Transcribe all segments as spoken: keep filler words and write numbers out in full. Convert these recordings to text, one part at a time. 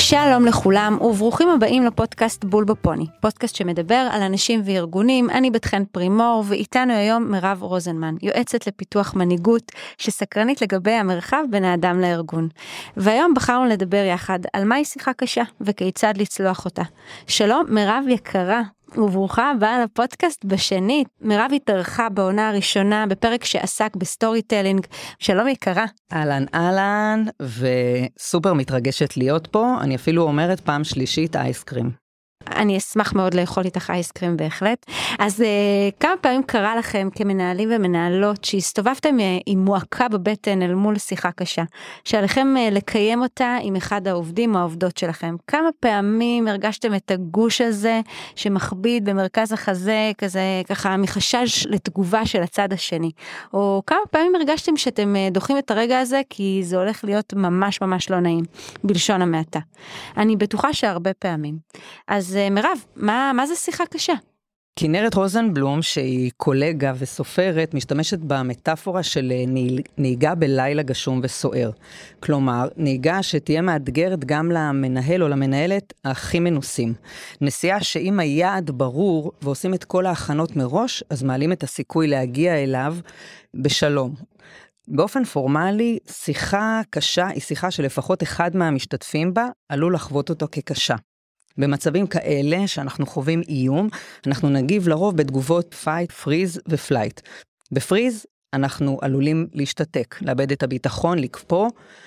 שלום לכולם וברוכים הבאים לפודקאסט בול בפוני, פודקאסט שמדבר על אנשים וארגונים. אני בת חן פרימור ואיתנו היום מירב רוזנמן, יועצת לפיתוח מנהיגות שסקרנית לגבי המרחב בין האדם לארגון. והיום בחרנו לדבר יחד על מהי שיחה קשה וכיצד לצלוח אותה. שלום מירב יקרה. וברוכה הבאה לפודקאסט בשנית. מירב התארחה בעונה הראשונה בפרק שעסק בסטורי טלינג. שלום יקרה. אהלן אהלן, וסופר מתרגשת להיות פה. אני אפילו אומרת פעם שלישית אייסקרים. אני אשמח מאוד לאכול איתך אייסקרים בהחלט. אז uh, כמה פעמים קרה לכם כמנהלים ומנהלות שהסתובבתם uh, עם מועקה בבטן אל מול שיחה קשה, שעליכם uh, לקיים אותה עם אחד העובדים או העובדות שלכם? כמה פעמים הרגשתם את הגוש הזה שמכביד במרכז החזה, כזה ככה מחשש לתגובה של הצד השני? או כמה פעמים הרגשתם שאתם uh, דוחים את הרגע הזה כי זה הולך להיות ממש ממש לא נעים, בלשון המעטה? אני בטוחה שהרבה פעמים. אז מירב, מה, מה זה שיחה קשה? כנרת רוזנבלום, שהיא קולגה וסופרת, משתמשת במטאפורה של נהיגה בלילה גשום וסוער. כלומר, נהיגה שתהיה מאתגרת גם למנהל או למנהלת הכי מנוסים. נסיעה שאם היעד ברור ועושים את כל ההכנות מראש, אז מעלים את הסיכוי להגיע אליו בשלום. באופן פורמלי, שיחה קשה היא שיחה שלפחות אחד מהמשתתפים בה עלול לחוות אותו כקשה. במצבים כאלה שאנחנו חווים איום, אנחנו נגיב לרוב בתגובות fight, freeze ו-flight. בפריז אנחנו עלולים להשתתק, לאבד את הביטחון, לקפוא,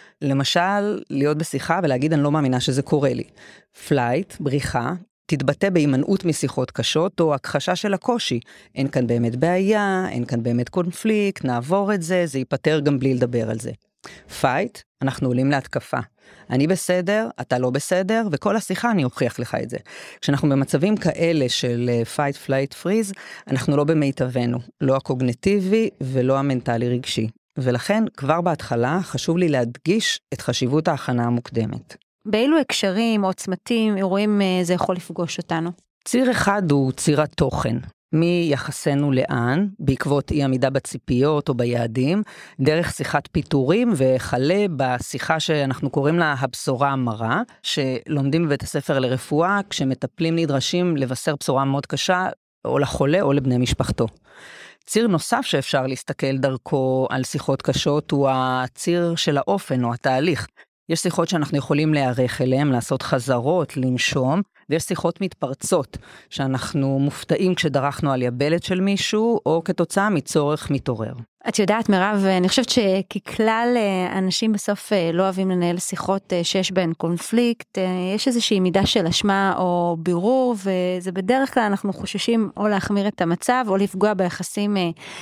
למשל להיות בשיחה ולהגיד אני לא מאמינה שזה קורה לי. flight, בריחה, תתבטא בהימנעות משיחות קשות או הכחשה של הקושי. אין כאן באמת בעיה, אין כאן באמת קונפליקט, נעבור את זה, זה ייפטר גם בלי לדבר על זה. פייט, אנחנו עולים להתקפה. אני בסדר, אתה לא בסדר, וכל השיחה אני אוכיח לך את זה. כשאנחנו במצבים כאלה של פייט, פלייט, פריז, אנחנו לא במיטבנו, לא הקוגניטיבי ולא המנטלי רגשי. ולכן כבר בהתחלה חשוב לי להדגיש את חשיבות ההכנה המוקדמת. באילו הקשרים או צמתים, אירועים זה יכול לפגוש אותנו? ציר אחד הוא ציר התוכן. מי יחסנו לאן, בעקבות אי עמידה בציפיות או ביעדים, דרך שיחת פיתורים וחלה בשיחה שאנחנו קוראים לה הבשורה המרה, שלומדים בבית הספר לרפואה, כשמטפלים נדרשים לבשר בשורה מאוד קשה, או לחולה או לבני משפחתו. ציר נוסף שאפשר להסתכל דרכו על שיחות קשות, הוא הציר של האופן או התהליך. יש שיחות שאנחנו יכולים להיערך אליהם, לעשות חזרות, לנשום, ויש שיחות מתפרצות, שאנחנו מופתעים כשדרכנו על יבלת של מישהו, או כתוצאה מצורך מתעורר. את יודעת מירב, אני חושבת שככלל אנשים בסוף לא אוהבים לנהל שיחות שיש בהן קונפליקט, יש איזושהי מידה של אשמה או בירור, וזה בדרך כלל אנחנו חוששים או להחמיר את המצב, או לפגוע ביחסים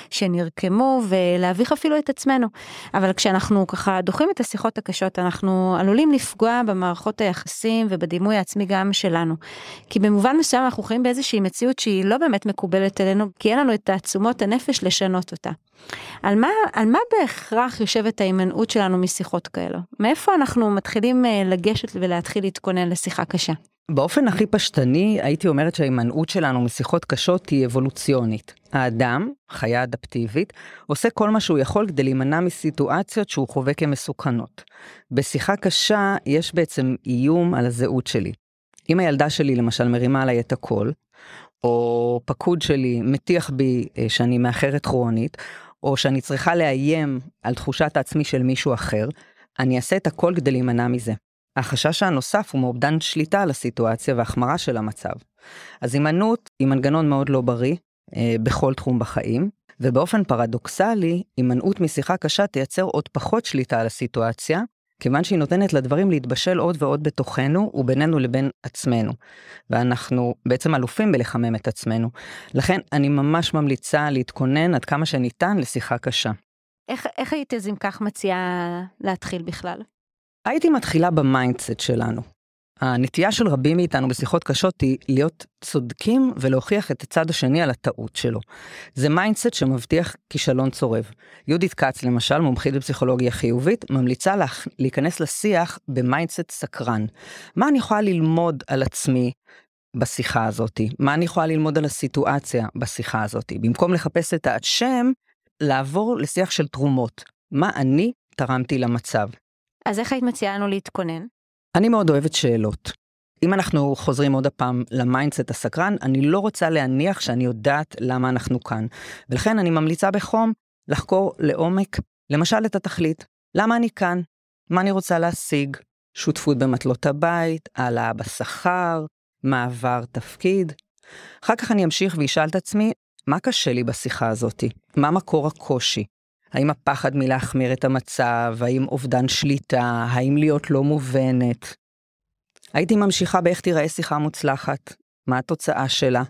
שנרקמו, ולהביך אפילו את עצמנו. אבל כשאנחנו ככה דוחים את השיחות הקשות, אנחנו עלולים לפגוע במערכות היחסים ובדימוי העצמי גם שלנו. כי במובן מסוים אנחנו חיים באיזושהי מציאות שהיא לא באמת מקובלת אלינו, כי אין לנו את תעצומות הנפש לשנות אותה. על מה, על מה בהכרח יושבת ההימנעות שלנו משיחות כאלו? מאיפה אנחנו מתחילים לגשת ולהתחיל להתכונן לשיחה קשה? באופן הכי פשטני, הייתי אומרת שההימנעות שלנו משיחות קשות היא אבולוציונית. האדם, חיה אדפטיבית, עושה כל מה שהוא יכול כדי להימנע מסיטואציות שהוא חווה כמסוכנות. בשיחה קשה יש בעצם איום על הזהות שלי. אם הילדה שלי למשל מרימה עליי את הכל, או פקוד שלי מטיח בי שאני מאחרת כרונית, או שאני צריכה לאיים על תחושת העצמי של מישהו אחר, אני אעשה את הכל כדי להימנע מזה. החשש הנוסף הוא מאובדן שליטה על הסיטואציה והחמרה של המצב. אז הימנעות היא מנגנון מאוד לא בריא אה, בכל תחום בחיים, ובאופן פרדוקסלי, הימנעות משיחה קשה תייצר עוד פחות שליטה על הסיטואציה, כיוון שהיא נותנת לדברים להתבשל עוד ועוד בתוכנו ובינינו לבין עצמנו. ואנחנו בעצם אלופים בלחמם את עצמנו. לכן אני ממש ממליצה להתכונן עד כמה שניתן לשיחה קשה. איך, איך היית אז אם כך מציעה להתחיל בכלל? הייתי מתחילה במיינדסט שלנו. הנטייה של רבים מאיתנו בשיחות קשות היא להיות צודקים ולהוכיח את הצד השני על הטעות שלו. זה מיינדסט שמבטיח כישלון צורב. יהודית קץ למשל, מומחית בפסיכולוגיה חיובית, ממליצה לך להיכנס לשיח במיינדסט סקרן. מה אני יכולה ללמוד על עצמי בשיחה הזאת? מה אני יכולה ללמוד על הסיטואציה בשיחה הזאת? במקום לחפש את האשם, לעבור לשיח של תרומות. מה אני תרמתי למצב? אז איך היית מציעה לנו להתכונן? אני מאוד אוהבת שאלות. אם אנחנו חוזרים עוד הפעם למיינדסט הסקרן, אני לא רוצה להניח שאני יודעת למה אנחנו כאן. ולכן אני ממליצה בחום לחקור לעומק, למשל את התכלית. למה אני כאן? מה אני רוצה להשיג? שותפות במטלות הבית, העלאה בשכר, מעבר תפקיד. אחר כך אני אמשיך וישאל את עצמי, מה קשה לי בשיחה הזאת? מה מקור הקושי? האם הפחד מלהחמיר את המצב? האם אובדן שליטה? האם להיות לא מובנת? הייתי ממשיכה באיך תיראה שיחה מוצלחת, מה התוצאה שלה,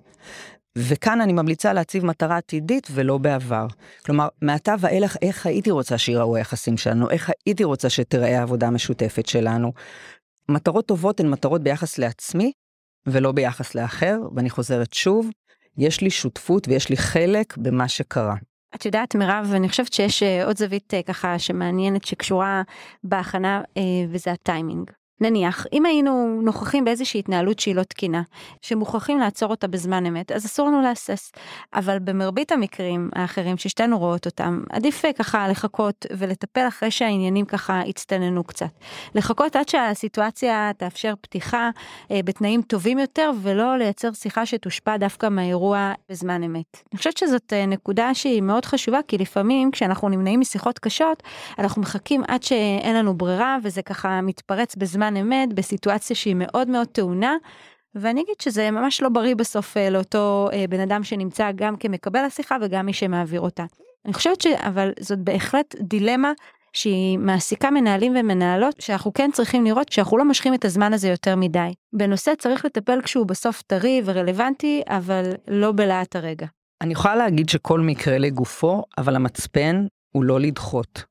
וכאן אני ממליצה להציב מטרה עתידית ולא בעבר. כלומר, מעתה ואילך איך הייתי רוצה שיראו היחסים שלנו, איך הייתי רוצה שתראה העבודה המשותפת שלנו. מטרות טובות הן מטרות ביחס לעצמי ולא ביחס לאחר, ואני חוזרת שוב, יש לי שותפות ויש לי חלק במה שקרה. את יודעת מירב, אני חושבת שיש עוד זווית ככה שמעניינת שקשורה בהכנה, וזה הטיימינג. נניח, אם היינו נוכחים באיזושהי התנהלות שהיא לא תקינה, שמוכרחים לעצור אותה בזמן אמת, אז אסור לנו להסס. אבל במרבית המקרים האחרים ששתינו רואות אותם, עדיף ככה לחכות ולטפל אחרי שהעניינים ככה הצטננו קצת. לחכות עד שהסיטואציה תאפשר פתיחה אה, בתנאים טובים יותר, ולא לייצר שיחה שתושפע דווקא מהאירוע בזמן אמת. אני חושבת שזאת אה, נקודה שהיא מאוד חשובה, כי לפעמים כשאנחנו נמנעים משיחות קשות, אנחנו מחכים עד שאין לנו ברירה, וזה ככה מתפרץ בזמן אמת, בסיטואציה שהיא מאוד מאוד טעונה, ואני אגיד שזה ממש לא בריא בסוף לאותו בן אדם שנמצא גם כמקבל השיחה וגם מי שמעביר אותה. אני חושבת אבל זאת בהחלט דילמה שהיא מעסיקה מנהלים ומנהלות, שאנחנו כן צריכים לראות שאנחנו לא משכים את הזמן הזה יותר מדי. בנושא צריך לטפל כשהוא בסוף טרי ורלוונטי, אבל לא בלעת הרגע. אני יכולה להגיד שכל מקרה לגופו, אבל המצפן הוא לא לדחות.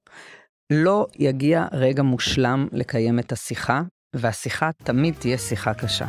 לא יגיע רגע מושלם לקיים את השיחה, והשיחה תמיד תהיה שיחה קשה.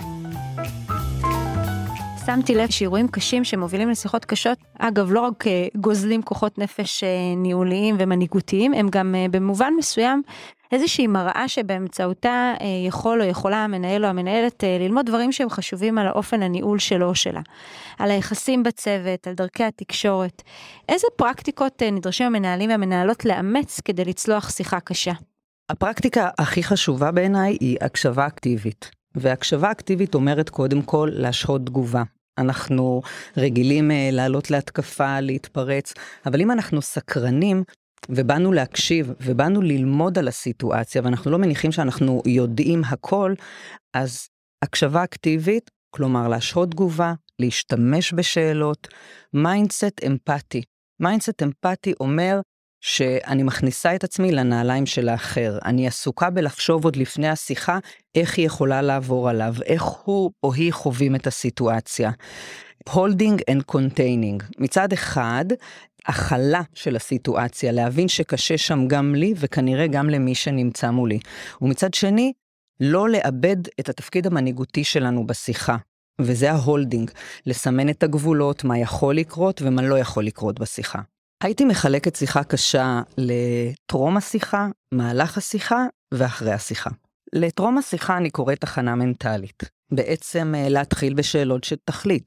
שמתי לב שאירועים קשים שמובילים לשיחות קשות, אגב לא רק גוזלים כוחות נפש ניהוליים ומנהיגותיים, הם גם במובן מסוים איזושהי מראה שבאמצעותה יכול או יכולה המנהל או המנהלת ללמוד דברים שהם חשובים על האופן הניהול שלו או שלה, על היחסים בצוות, על דרכי התקשורת. איזה פרקטיקות נדרשים המנהלים והמנהלות לאמץ כדי לצלוח שיחה קשה? הפרקטיקה הכי חשובה בעיניי היא הקשבה אקטיבית. והקשבה אקטיבית אומרת קודם כל להשהות תגובה. אנחנו רגילים לעלות להתקפה, להתפרץ, אבל אם אנחנו סקרנים ובאנו להקשיב ובאנו ללמוד על הסיטואציה, ואנחנו לא מניחים שאנחנו יודעים הכל, אז הקשבה אקטיבית, כלומר להשהות תגובה, להשתמש בשאלות, מיינדסט אמפתי. מיינדסט אמפתי אומר שאני מכניסה את עצמי לנעליים של האחר. אני עסוקה בלחשוב עוד לפני השיחה, איך היא יכולה לעבור עליו, איך הוא או היא חווים את הסיטואציה. holding and containing. מצד אחד, הכלה של הסיטואציה, להבין שקשה שם גם לי, וכנראה גם למי שנמצא מולי. ומצד שני, לא לאבד את התפקיד המנהיגותי שלנו בשיחה. וזה ההולדינג, לסמן את הגבולות, מה יכול לקרות ומה לא יכול לקרות בשיחה. הייתי מחלקת שיחה קשה לטרום השיחה, מהלך השיחה ואחרי השיחה. לטרום השיחה אני קוראת תחנה מנטלית. בעצם להתחיל בשאלות שתכלית.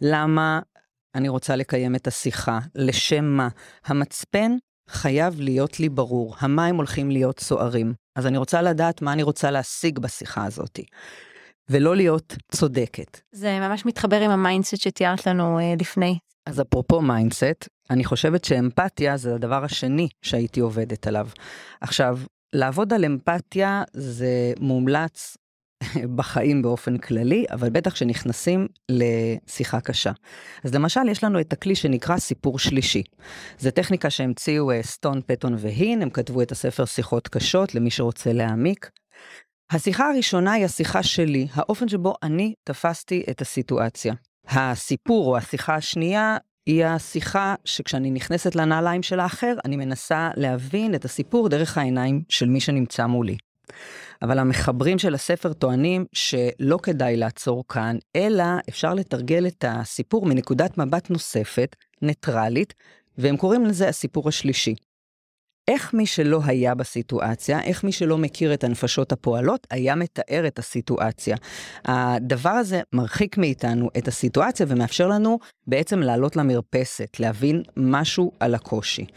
למה אני רוצה לקיים את השיחה? לשם מה? המצפן חייב להיות לי ברור. המים הולכים להיות סוערים. אז אני רוצה לדעת מה אני רוצה להשיג בשיחה הזאת. ולא להיות צודקת. זה ממש מתחבר עם המיינדסט שתיארת לנו אה, לפני. אז אפרופו מיינדסט, אני חושבת שאמפתיה זה הדבר השני שהייתי עובדת עליו. עכשיו, לעבוד על אמפתיה זה מומלץ בחיים באופן כללי, אבל בטח שנכנסים לשיחה קשה. אז למשל, יש לנו את הכלי שנקרא סיפור שלישי. זו טכניקה שהמציאו סטון, פטון והין, הם כתבו את הספר שיחות קשות למי שרוצה להעמיק. השיחה הראשונה היא השיחה שלי, האופן שבו אני תפסתי את הסיטואציה. הסיפור או השיחה השנייה היא השיחה שכשאני נכנסת לנעליים של האחר, אני מנסה להבין את הסיפור דרך העיניים של מי שנמצא מולי. אבל המחברים של הספר טוענים שלא כדאי לעצור כאן, אלא אפשר לתרגל את הסיפור מנקודת מבט נוספת, ניטרלית, והם קוראים לזה הסיפור השלישי. איך מי שלא היה בסיטואציה, איך מי שלא מכיר את הנפשות הפועלות, היה מתאר את הסיטואציה. הדבר הזה מרחיק מאיתנו את הסיטואציה, ומאפשר לנו בעצם לעלות למרפסת, להבין משהו על הקושי.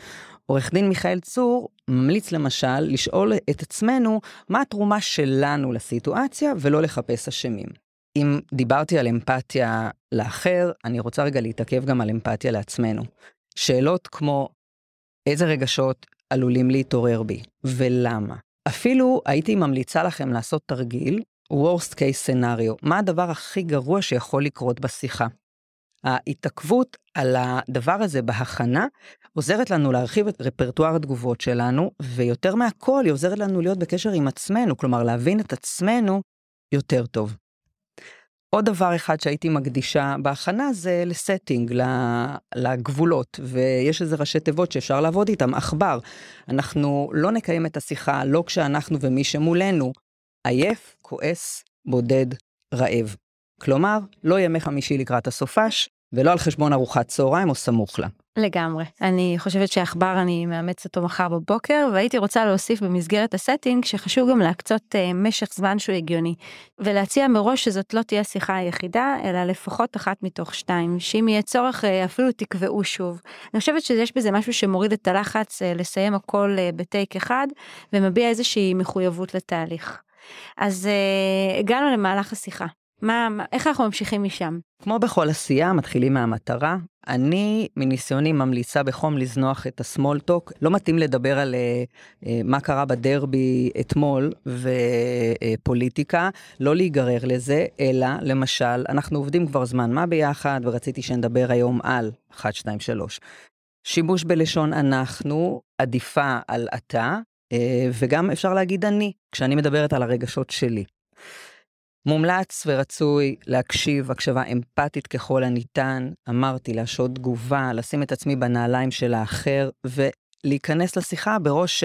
עורך דין מיכאל צור ממליץ למשל לשאול את עצמנו מה התרומה שלנו לסיטואציה ולא לחפש אשמים. אם דיברתי על אמפתיה לאחר, אני רוצה רגע להתעכב גם על אמפתיה לעצמנו. שאלות כמו איזה רגשות עלולים להתעורר בי ולמה. אפילו הייתי ממליצה לכם לעשות תרגיל, worst case scenario, מה הדבר הכי גרוע שיכול לקרות בשיחה. ההתעכבות על הדבר הזה בהכנה עוזרת לנו להרחיב את רפרטואר התגובות שלנו, ויותר מהכל היא עוזרת לנו להיות בקשר עם עצמנו, כלומר להבין את עצמנו יותר טוב. עוד דבר אחד שהייתי מקדישה בהכנה זה לסטינג, לגבולות, ויש איזה ראשי תיבות שאפשר לעבוד איתם, אכבר. אנחנו לא נקיים את השיחה, לא כשאנחנו ומי שמולנו, עייף, כועס, בודד, רעב. כלומר, לא ימי חמישי לקראת הסופש, ולא על חשבון ארוחת צהריים או סמוך לה. לגמרי. אני חושבת שהאחבר אני מאמץ אותו מחר בבוקר, והייתי רוצה להוסיף במסגרת הסטינג, שחשוב גם להקצות uh, משך זמן שהוא הגיוני, ולהציע מראש שזאת לא תהיה שיחה היחידה, אלא לפחות אחת מתוך שתיים, שאם יהיה צורך uh, אפילו תקבעו שוב. אני חושבת שיש בזה משהו שמוריד את הלחץ, uh, לסיים הכל uh, בטייק אחד, ומביע איזושהי מחויבות לתהליך. אז uh, הגענו למהלך השיחה. מה, איך אנחנו ממשיכים משם? כמו בכל עשייה, מתחילים מהמטרה. אני מניסיוני ממליצה בחום לזנוח את הסמולטוק. לא מתאים לדבר על uh, מה קרה בדרבי אתמול ופוליטיקה, לא להיגרר לזה, אלא למשל, אנחנו עובדים כבר זמן מה ביחד, ורציתי שנדבר היום על אחת, שתיים, שלוש. שימוש בלשון אנחנו, עדיפה על אתה, uh, וגם אפשר להגיד אני, כשאני מדברת על הרגשות שלי. מומלץ ורצוי להקשיב, הקשבה אמפתית ככל הניתן, אמרתי להשעות תגובה, לשים את עצמי בנעליים של האחר, ולהיכנס לשיחה בראש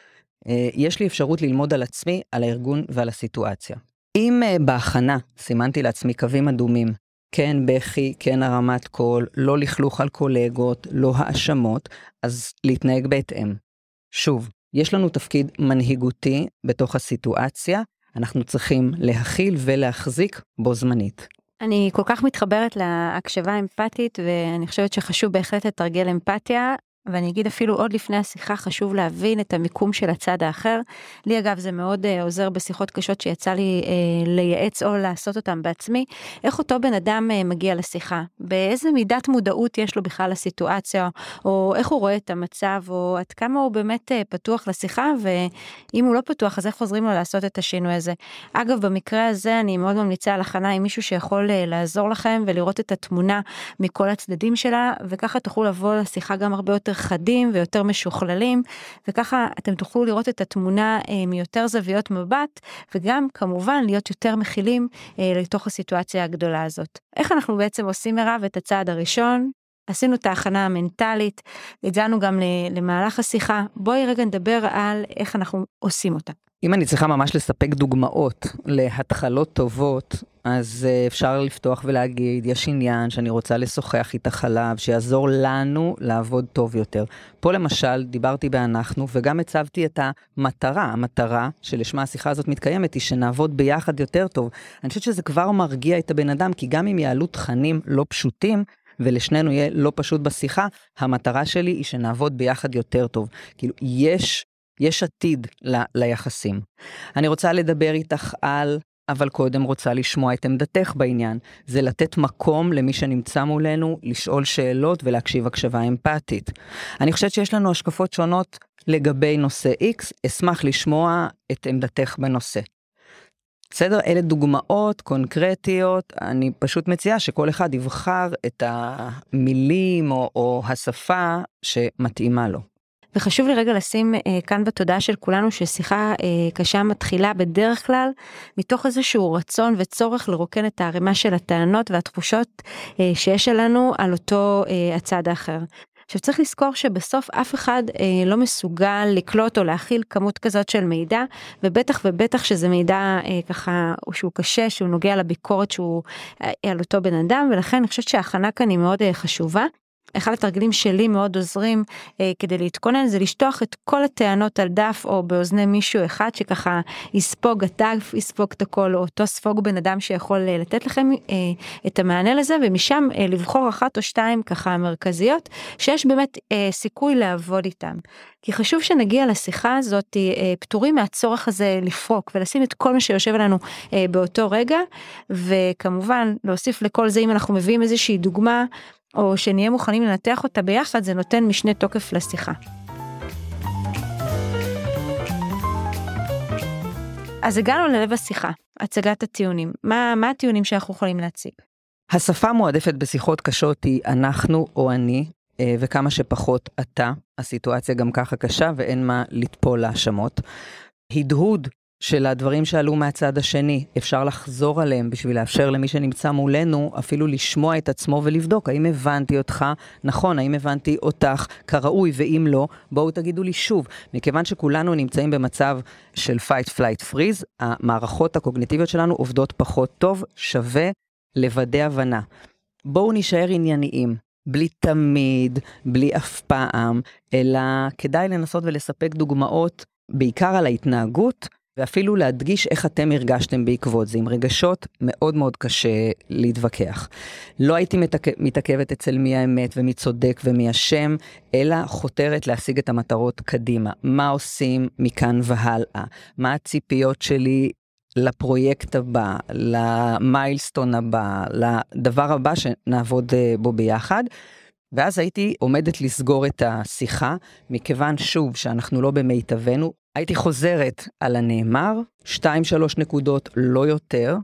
שיש לי אפשרות ללמוד על עצמי, על הארגון ועל הסיטואציה. אם בהכנה סימנתי לעצמי קווים אדומים, כן בכי, כן הרמת קול, לא לכלוך על קולגות, לא האשמות, אז להתנהג בהתאם. שוב, יש לנו תפקיד מנהיגותי בתוך הסיטואציה, אנחנו צריכים להכיל ולהחזיק בו זמנית. אני כל כך מתחברת להקשבה האמפתית, ואני חושבת שחשוב בהחלט לתרגל אמפתיה, ואני אגיד אפילו עוד לפני השיחה חשוב להבין את המיקום של הצד האחר. לי אגב זה מאוד uh, עוזר בשיחות קשות שיצא לי uh, לייעץ או לעשות אותם בעצמי, איך אותו בן אדם uh, מגיע לשיחה, באיזה מידת מודעות יש לו בכלל לסיטואציה, או איך הוא רואה את המצב, או עד כמה הוא באמת uh, פתוח לשיחה, ואם הוא לא פתוח אז איך חוזרים לו לעשות את השינוי הזה. אגב במקרה הזה אני מאוד ממליצה על הכנה עם מישהו שיכול uh, לעזור לכם ולראות את התמונה מכל הצדדים שלה, וככה תוכלו לבוא לשיחה גם הרבה יותר חדים ויותר משוכללים, וככה אתם תוכלו לראות את התמונה אה, מיותר זוויות מבט, וגם כמובן להיות יותר מכילים אה, לתוך הסיטואציה הגדולה הזאת. איך אנחנו בעצם עושים מרב את הצעד הראשון? עשינו את ההכנה המנטלית, הגענו גם למהלך השיחה, בואי רגע נדבר על איך אנחנו עושים אותה. אם אני צריכה ממש לספק דוגמאות להתחלות טובות, אז אפשר לפתוח ולהגיד, יש עניין שאני רוצה לשוחח איתך עליו, שיעזור לנו לעבוד טוב יותר. פה למשל דיברתי באנחנו, וגם הצבתי את המטרה, המטרה שלשמה השיחה הזאת מתקיימת, היא שנעבוד ביחד יותר טוב. אני חושבת שזה כבר מרגיע את הבן אדם, כי גם אם יעלו תכנים לא פשוטים, ולשנינו יהיה לא פשוט בשיחה, המטרה שלי היא שנעבוד ביחד יותר טוב. כאילו, יש, יש עתיד ל, ליחסים. אני רוצה לדבר איתך על, אבל קודם רוצה לשמוע את עמדתך בעניין. זה לתת מקום למי שנמצא מולנו, לשאול שאלות ולהקשיב הקשבה אמפתית. אני חושבת שיש לנו השקפות שונות לגבי נושא X, אשמח לשמוע את עמדתך בנושא. בסדר, אלה דוגמאות קונקרטיות, אני פשוט מציעה שכל אחד יבחר את המילים או, או השפה שמתאימה לו. וחשוב לי רגע לשים אה, כאן בתודעה של כולנו ששיחה אה, קשה מתחילה בדרך כלל מתוך איזשהו רצון וצורך לרוקן את הערימה של הטענות והתחושות אה, שיש לנו על אותו אה, הצד האחר. עכשיו צריך לזכור שבסוף אף אחד אה, לא מסוגל לקלוט או להכיל כמות כזאת של מידע, ובטח ובטח שזה מידע אה, ככה שהוא קשה, שהוא נוגע לביקורת שהוא אה, על אותו בן אדם, ולכן אני חושבת שההכנה כאן היא מאוד אה, חשובה. אחד התרגילים שלי מאוד עוזרים אה, כדי להתכונן, זה לשטוח את כל הטענות על דף או באוזני מישהו אחד, שככה יספוג הדף, יספוג את הכל, או אותו ספוג בן אדם שיכול אה, לתת לכם אה, את המענה לזה, ומשם אה, לבחור אחת או שתיים ככה מרכזיות, שיש באמת אה, סיכוי לעבוד איתם. כי חשוב שנגיע לשיחה הזאת אה, פטורים מהצורך הזה לפרוק, ולשים את כל מה שיושב עלינו אה, באותו רגע, וכמובן להוסיף לכל זה, אם אנחנו מביאים איזושהי דוגמה, או שנהיה מוכנים לנתח אותה ביחד, זה נותן משנה תוקף לשיחה. אז הגענו ללב השיחה, הצגת הטיעונים. מה, מה הטיעונים שאנחנו יכולים להציג? השפה מועדפת בשיחות קשות היא אנחנו או אני, וכמה שפחות אתה. הסיטואציה גם ככה קשה ואין מה לטפול להאשמות. הדהוד של הדברים שעלו מהצד השני, אפשר לחזור עליהם בשביל לאפשר למי שנמצא מולנו, אפילו לשמוע את עצמו ולבדוק, האם הבנתי אותך נכון, האם הבנתי אותך כראוי, ואם לא, בואו תגידו לי שוב. מכיוון שכולנו נמצאים במצב של fight, flight, freeze, המערכות הקוגניטיביות שלנו עובדות פחות טוב, שווה לוודא הבנה. בואו נשאר ענייניים, בלי תמיד, בלי אף פעם, אלא כדאי לנסות ולספק דוגמאות, בעיקר על ההתנהגות, ואפילו להדגיש איך אתם הרגשתם בעקבות זה. עם רגשות מאוד מאוד קשה להתווכח. לא הייתי מתעכב, מתעכבת אצל מי האמת ומי צודק ומי אשם, אלא חותרת להשיג את המטרות קדימה. מה עושים מכאן והלאה? מה הציפיות שלי לפרויקט הבא, למיילסטון הבא, לדבר הבא שנעבוד בו ביחד? ואז הייתי עומדת לסגור את השיחה, מכיוון שוב שאנחנו לא במיטבנו, הייתי חוזרת על הנאמר, שתיים שלוש נקודות, לא יותר,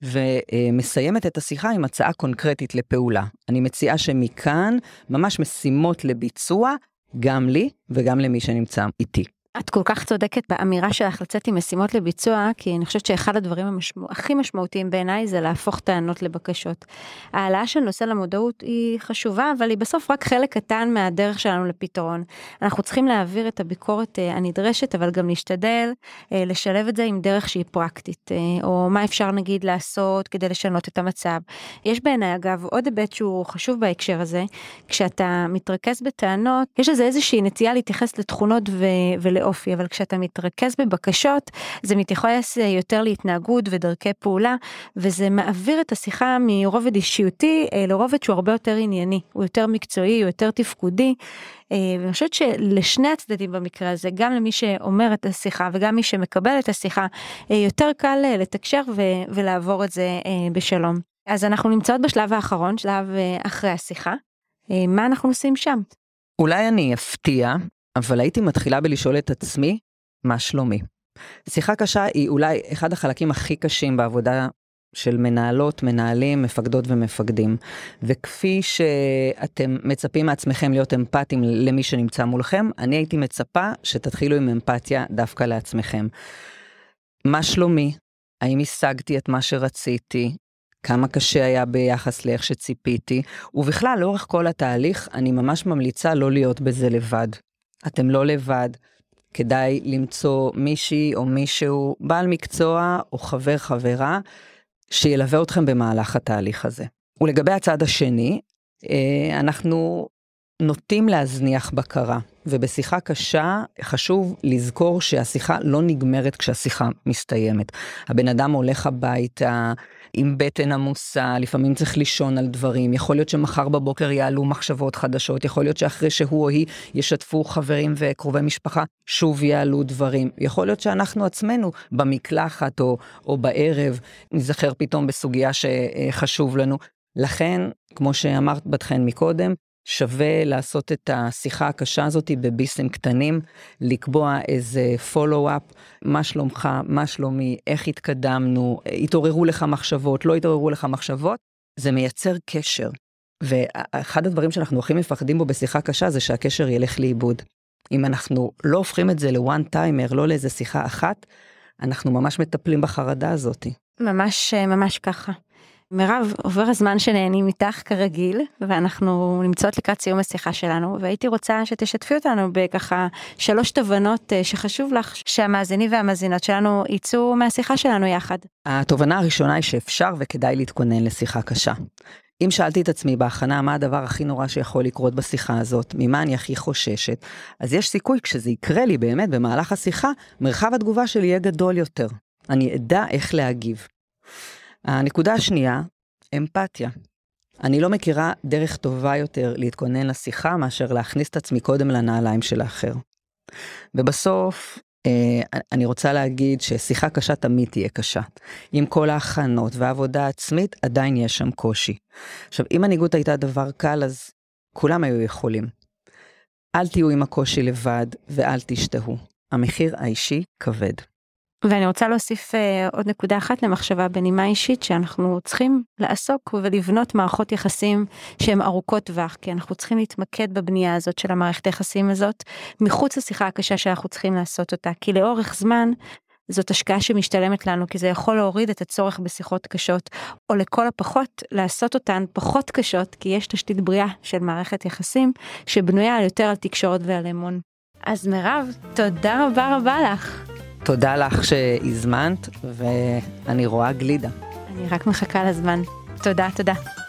ומסיימת את השיחה עם הצעה קונקרטית לפעולה. אני מציעה שמכאן ממש משימות לביצוע, גם לי וגם למי שנמצא איתי. את כל כך צודקת באמירה שלך לצאת עם משימות לביצוע, כי אני חושבת שאחד הדברים המשמע... הכי משמעותיים בעיניי זה להפוך טענות לבקשות. העלאה של נושא למודעות היא חשובה, אבל היא בסוף רק חלק קטן מהדרך שלנו לפתרון. אנחנו צריכים להעביר את הביקורת הנדרשת, אבל גם להשתדל לשלב את זה עם דרך שהיא פרקטית, או מה אפשר נגיד לעשות כדי לשנות את המצב. יש בעיניי אגב עוד היבט שהוא חשוב בהקשר הזה, כשאתה מתרכז בטענות, יש לזה איזושהי נטייה להתייחס לתכונות ו... ול... אופי, אבל כשאתה מתרכז בבקשות, זה מתייחס יותר להתנהגות ודרכי פעולה, וזה מעביר את השיחה מרובד אישיותי לרובד שהוא הרבה יותר ענייני, הוא יותר מקצועי, הוא יותר תפקודי, ואני חושבת שלשני הצדדים במקרה הזה, גם למי שאומר את השיחה וגם מי שמקבל את השיחה, יותר קל לתקשר ו- ולעבור את זה בשלום. אז אנחנו נמצאות בשלב האחרון, שלב אחרי השיחה. מה אנחנו עושים שם? אולי אני אפתיע, אבל הייתי מתחילה בלשאול את עצמי, מה שלומי? שיחה קשה היא אולי אחד החלקים הכי קשים בעבודה של מנהלות, מנהלים, מפקדות ומפקדים. וכפי שאתם מצפים מעצמכם להיות אמפתיים למי שנמצא מולכם, אני הייתי מצפה שתתחילו עם אמפתיה דווקא לעצמכם. מה שלומי? האם השגתי את מה שרציתי? כמה קשה היה ביחס לאיך שציפיתי? ובכלל, לאורך כל התהליך, אני ממש ממליצה לא להיות בזה לבד. אתם לא לבד, כדאי למצוא מישהי או מישהו, בעל מקצוע או חבר חברה, שילווה אתכם במהלך התהליך הזה. ולגבי הצד השני, אנחנו נוטים להזניח בקרה, ובשיחה קשה חשוב לזכור שהשיחה לא נגמרת כשהשיחה מסתיימת. הבן אדם הולך הביתה עם בטן עמוסה, לפעמים צריך לישון על דברים, יכול להיות שמחר בבוקר יעלו מחשבות חדשות, יכול להיות שאחרי שהוא או היא ישתפו חברים וקרובי משפחה, שוב יעלו דברים, יכול להיות שאנחנו עצמנו במקלחת או, או בערב, נזכר פתאום בסוגיה שחשוב לנו. לכן, כמו שאמרת בתכן מקודם, שווה לעשות את השיחה הקשה הזאת בביסים קטנים, לקבוע איזה פולו-אפ, מה שלומך, מה שלומי, איך התקדמנו, התעוררו לך מחשבות, לא התעוררו לך מחשבות, זה מייצר קשר. ואחד הדברים שאנחנו הכי מפחדים בו בשיחה קשה, זה שהקשר ילך לאיבוד. אם אנחנו לא הופכים את זה לוואן טיימר, לא לאיזה שיחה אחת, אנחנו ממש מטפלים בחרדה הזאת. ממש, ממש ככה. מירב, עובר הזמן שנהנים איתך כרגיל, ואנחנו נמצאות לקראת סיום השיחה שלנו, והייתי רוצה שתשתפי אותנו בככה שלוש תובנות שחשוב לך שהמאזינים והמאזינות שלנו ייצאו מהשיחה שלנו יחד. התובנה הראשונה היא שאפשר וכדאי להתכונן לשיחה קשה. אם שאלתי את עצמי בהכנה מה הדבר הכי נורא שיכול לקרות בשיחה הזאת, ממה אני הכי חוששת, אז יש סיכוי כשזה יקרה לי באמת במהלך השיחה, מרחב התגובה שלי יהיה גדול יותר. אני אדע איך להגיב. הנקודה השנייה, אמפתיה. אני לא מכירה דרך טובה יותר להתכונן לשיחה מאשר להכניס את עצמי קודם לנעליים של האחר. ובסוף, אה, אני רוצה להגיד ששיחה קשה תמיד תהיה קשה. עם כל ההכנות והעבודה העצמית, עדיין יש שם קושי. עכשיו, אם מנהיגות הייתה דבר קל, אז כולם היו יכולים. אל תהיו עם הקושי לבד ואל תשתהו. המחיר האישי כבד. ואני רוצה להוסיף אה, עוד נקודה אחת למחשבה בנימה אישית, שאנחנו צריכים לעסוק ולבנות מערכות יחסים שהן ארוכות טווח, כי אנחנו צריכים להתמקד בבנייה הזאת של המערכת היחסים הזאת, מחוץ לשיחה הקשה שאנחנו צריכים לעשות אותה, כי לאורך זמן זאת השקעה שמשתלמת לנו, כי זה יכול להוריד את הצורך בשיחות קשות, או לכל הפחות לעשות אותן פחות קשות, כי יש תשתית בריאה של מערכת יחסים, שבנויה יותר על תקשורת ועל אמון. אז מירב, תודה רבה רבה לך. תודה לך שהזמנת, ואני רואה גלידה. אני רק מחכה לזמן. תודה, תודה.